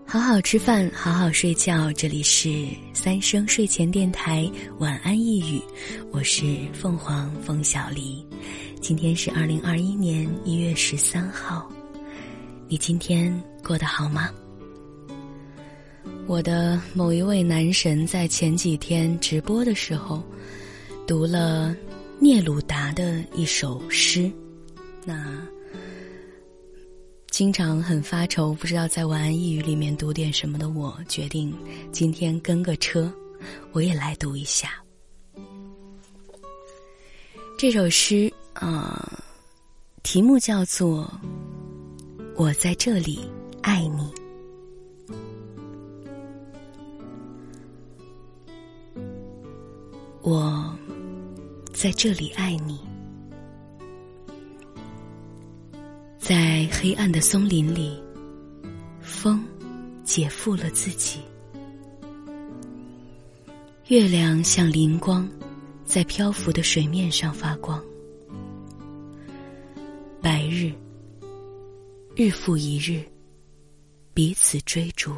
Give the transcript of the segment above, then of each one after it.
好好吃饭，好好睡觉，这里是三生睡前电台晚安一语，我是凤凰凤小黎。今天是2021年1月13号，你今天过得好吗？我的某一位男神在前几天直播的时候读了聂鲁达的一首诗，那经常很发愁不知道在晚安一语里面读点什么的我，决定今天跟个车，我也来读一下这首诗。题目叫做我在这里爱你。我在这里爱你，在黑暗的松林里，风解缚了自己，月亮像灵光，在漂浮的水面上发光。白日，日复一日，彼此追逐。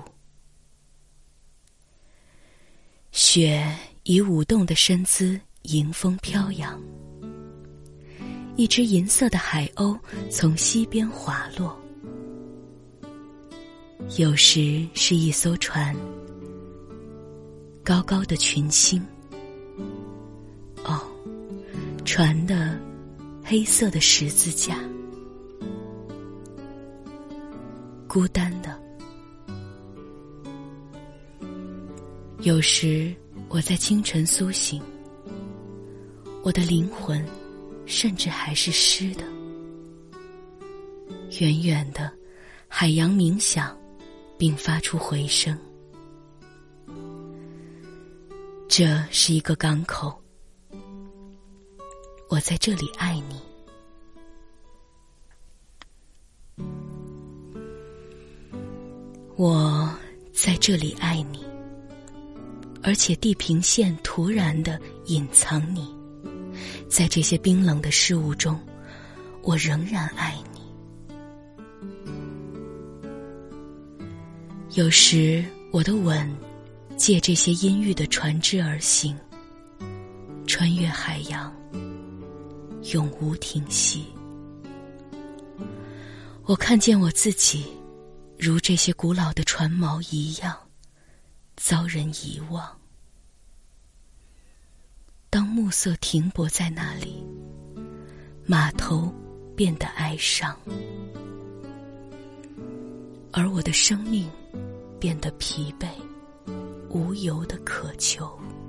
雪以舞动的身姿迎风飘扬，一只银色的海鸥从西边滑落。有时是一艘船，高高的群星。船的黑色的十字架，孤单的。有时我在清晨苏醒，我的灵魂甚至还是湿的。远远的海洋冥想，并发出回声。这是一个港口，我在这里爱你。我在这里爱你，而且地平线突然地隐藏你，在这些冰冷的事物中，我仍然爱你。有时我的吻借这些阴郁的船只而行，穿越海洋，永无停息。我看见我自己如这些古老的船锚一样遭人遗忘。当暮色停泊在那里，码头变得哀伤，而我的生命变得疲惫，无由的渴求。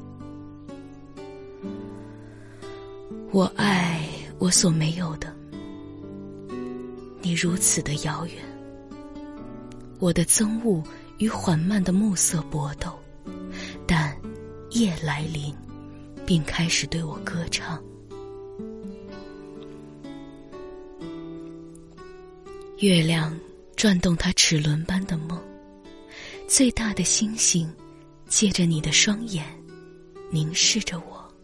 我爱我所没有的，你如此的遥远。我的憎恶与缓慢的暮色搏斗，但夜来临，并开始对我歌唱。月亮转动它齿轮般的梦，最大的星星借着你的双眼凝视着我。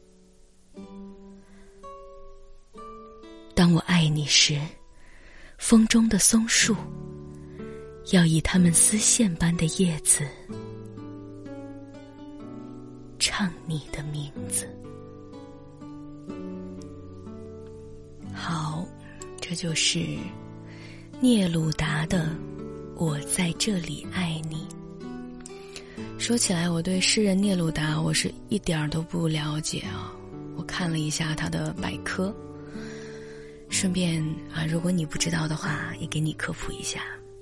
当我爱你时，风中的松树要以它们丝线般的叶子唱你的名字。好，这就是聂鲁达的我在这里爱你。说起来，我对诗人聂鲁达我是一点都不了解啊。我看了一下他的百科，顺便如果你不知道的话，也给你科普一下。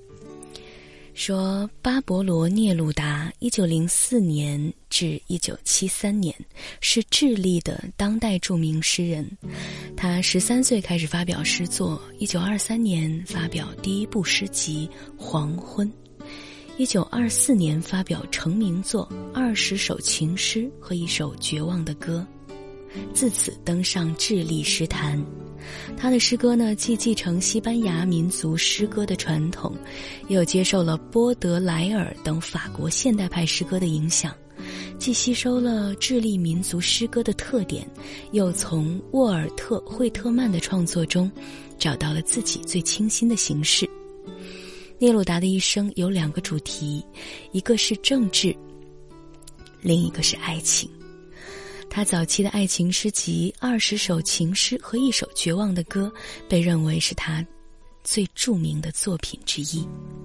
说巴勃罗·聂鲁达1904年至1973年是智利的当代著名诗人。他13岁开始发表诗作，1923年发表第一部诗集《黄昏》，1924年发表成名作20首情诗和一首绝望的歌，自此登上智利诗坛。他的诗歌呢，既继承西班牙民族诗歌的传统，又接受了波德莱尔等法国现代派诗歌的影响，既吸收了智利民族诗歌的特点，又从沃尔特·惠特曼的创作中找到了自己最清新的形式。 聂鲁达的一生有2个主题，一个是政治，另一个是爱情。他早期的爱情诗集20首情诗和1首绝望的歌，被认为是他最著名的作品之一。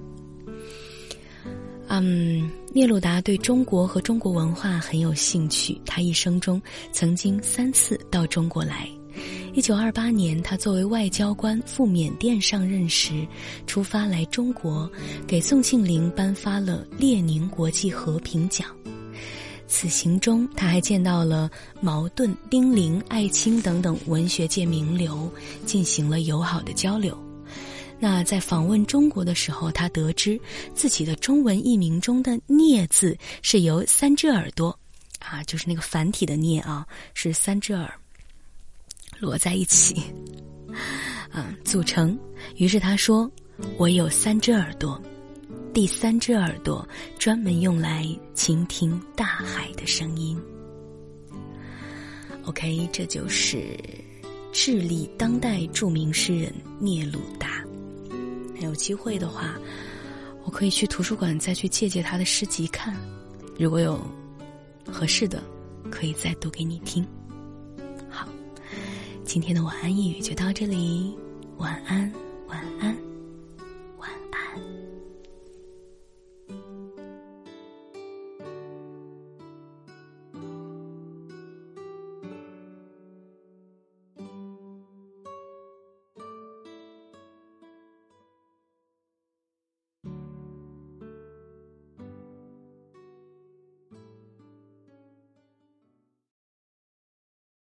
聂鲁达对中国和中国文化很有兴趣，他一生中曾经3次到中国来。1928年，他作为外交官赴缅甸上任时，出发来中国，给宋庆龄颁发了列宁国际和平奖。此行中，他还见到了茅盾、丁玲、艾青等等文学界名流，进行了友好的交流。那在访问中国的时候，他得知自己的中文译名中的聂字是由3只耳朵就是那个繁体的聂是3只耳摞在一起组成。于是他说，我有3只耳朵，第3只耳朵专门用来倾听大海的声音。 OK， 这就是智利当代著名诗人聂鲁达。有机会的话，我可以去图书馆再去借他的诗集看，如果有合适的可以再读给你听。好，今天的晚安一语就到这里，晚安晚安。